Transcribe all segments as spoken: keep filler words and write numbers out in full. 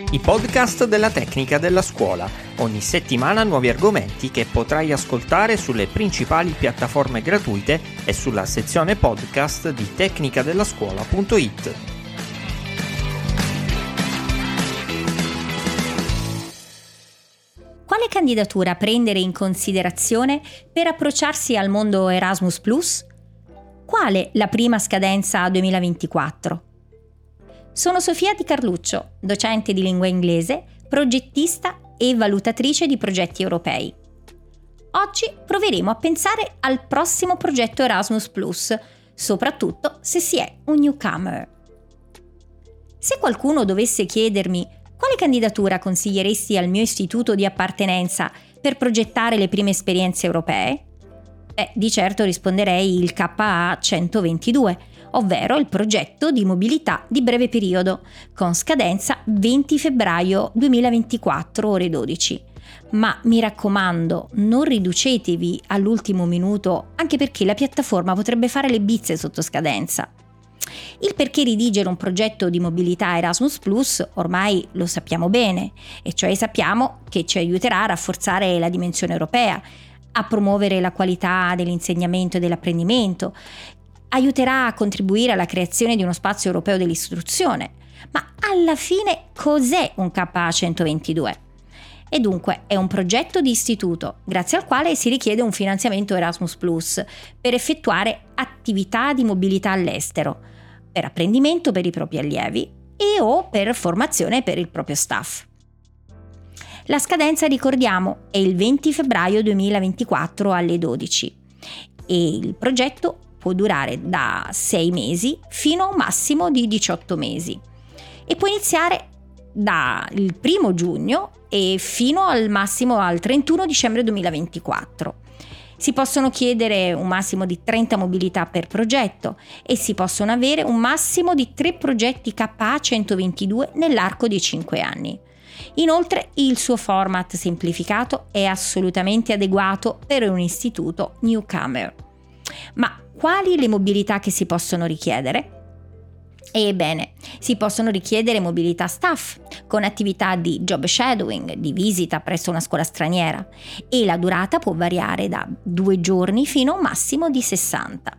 i podcast della Tecnica della Scuola. Ogni settimana nuovi argomenti che potrai ascoltare sulle principali piattaforme gratuite e sulla sezione podcast di tecnicadellascuola punto it. Quale candidatura prendere in considerazione per approcciarsi al mondo Erasmus plus? Quale la prima scadenza duemilaventiquattro? Sono Sofia Di Carluccio, docente di lingua inglese, progettista e valutatrice di progetti europei. Oggi proveremo a pensare al prossimo progetto Erasmus plus, soprattutto se si è un newcomer. Se qualcuno dovesse chiedermi quale candidatura consiglieresti al mio istituto di appartenenza per progettare le prime esperienze europee? Beh, di certo risponderei il K A centoventidue, ovvero il progetto di mobilità di breve periodo, con scadenza venti febbraio duemilaventiquattro ore dodici. Ma mi raccomando, non riducetevi all'ultimo minuto, anche perché la piattaforma potrebbe fare le bizze sotto scadenza. Il perché redigere un progetto di mobilità Erasmus plus ormai lo sappiamo bene, e cioè sappiamo che ci aiuterà a rafforzare la dimensione europea, a promuovere la qualità dell'insegnamento e dell'apprendimento, aiuterà a contribuire alla creazione di uno spazio europeo dell'istruzione. Ma alla fine cos'è un K A centoventidue? E dunque è un progetto di istituto, grazie al quale si richiede un finanziamento Erasmus plus per effettuare attività di mobilità all'estero, per apprendimento per i propri allievi e o per formazione per il proprio staff. La scadenza, ricordiamo, è il venti febbraio duemilaventiquattro alle dodici e il progetto può durare da sei mesi fino a un massimo di diciotto mesi e può iniziare dal primo giugno e fino al massimo al trentuno dicembre duemilaventiquattro. Si possono chiedere un massimo di trenta mobilità per progetto e si possono avere un massimo di tre progetti K A centoventidue nell'arco di cinque anni. Inoltre il suo format semplificato è assolutamente adeguato per un istituto newcomer. Ma quali le mobilità che si possono richiedere? Ebbene, si possono richiedere mobilità staff, con attività di job shadowing, di visita presso una scuola straniera, e la durata può variare da due giorni fino a un massimo di sessanta.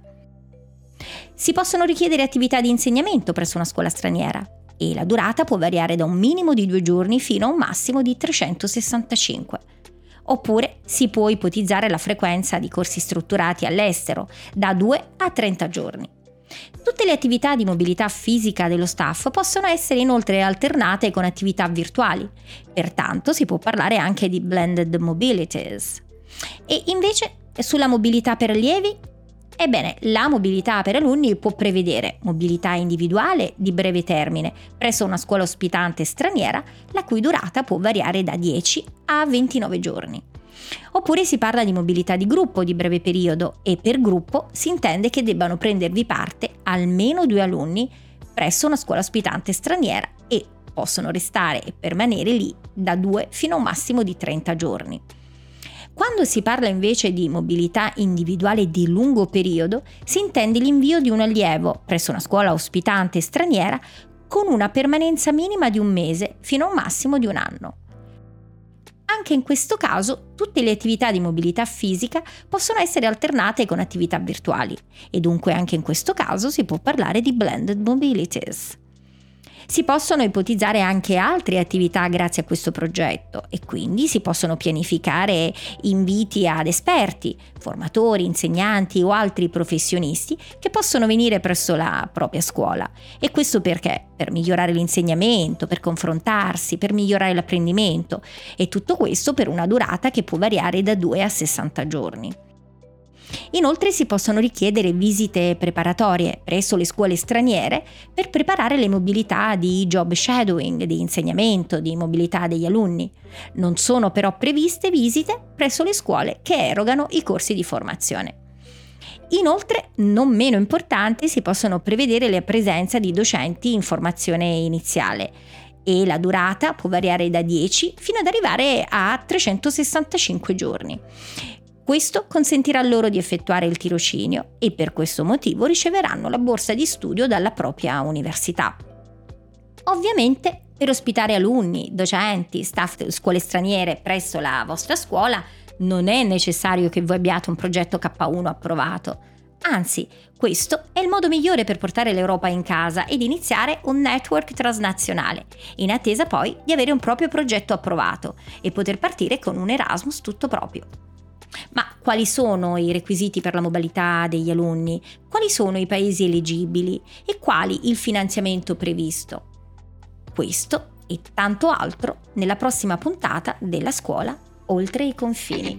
Si possono richiedere attività di insegnamento presso una scuola straniera, e la durata può variare da un minimo di due giorni fino a un massimo di trecentosessantacinque. Oppure si può ipotizzare la frequenza di corsi strutturati all'estero, da due a trenta giorni. Tutte le attività di mobilità fisica dello staff possono essere inoltre alternate con attività virtuali, pertanto si può parlare anche di blended mobilities. E invece sulla mobilità per allievi? Ebbene, la mobilità per alunni può prevedere mobilità individuale di breve termine presso una scuola ospitante straniera, la cui durata può variare da dieci a ventinove giorni. Oppure si parla di mobilità di gruppo di breve periodo e per gruppo si intende che debbano prendervi parte almeno due alunni presso una scuola ospitante straniera e possono restare e permanere lì da due fino a un massimo di trenta giorni. Quando si parla invece di mobilità individuale di lungo periodo, si intende l'invio di un allievo presso una scuola ospitante straniera con una permanenza minima di un mese fino a un massimo di un anno. Anche in questo caso, tutte le attività di mobilità fisica possono essere alternate con attività virtuali e dunque anche in questo caso si può parlare di blended mobilities. Si possono ipotizzare anche altre attività grazie a questo progetto e quindi si possono pianificare inviti ad esperti, formatori, insegnanti o altri professionisti che possono venire presso la propria scuola. E questo perché? Per migliorare l'insegnamento, per confrontarsi, per migliorare l'apprendimento e tutto questo per una durata che può variare da due a sessanta giorni. Inoltre si possono richiedere visite preparatorie presso le scuole straniere per preparare le mobilità di job shadowing, di insegnamento, di mobilità degli alunni. Non sono però previste visite presso le scuole che erogano i corsi di formazione. Inoltre, non meno importante, si possono prevedere la presenza di docenti in formazione iniziale e la durata può variare da dieci fino ad arrivare a trecentosessantacinque giorni. Questo consentirà loro di effettuare il tirocinio e per questo motivo riceveranno la borsa di studio dalla propria università. Ovviamente Per ospitare alunni, docenti, staff, scuole straniere presso la vostra scuola non è necessario che voi abbiate un progetto K uno approvato. Anzi, questo è il modo migliore per portare l'Europa in casa ed iniziare un network transnazionale, in attesa poi di avere un proprio progetto approvato e poter partire con un Erasmus tutto proprio. Ma quali sono i requisiti per la mobilità degli alunni? Quali sono i paesi eligibili? E quali il finanziamento previsto? Questo e tanto altro nella prossima puntata della scuola Oltre i confini.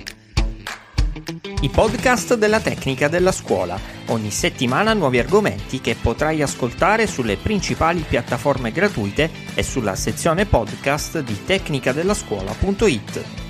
I podcast della Tecnica della Scuola. Ogni settimana nuovi argomenti che potrai ascoltare sulle principali piattaforme gratuite e sulla sezione podcast di tecnica della scuola punto it.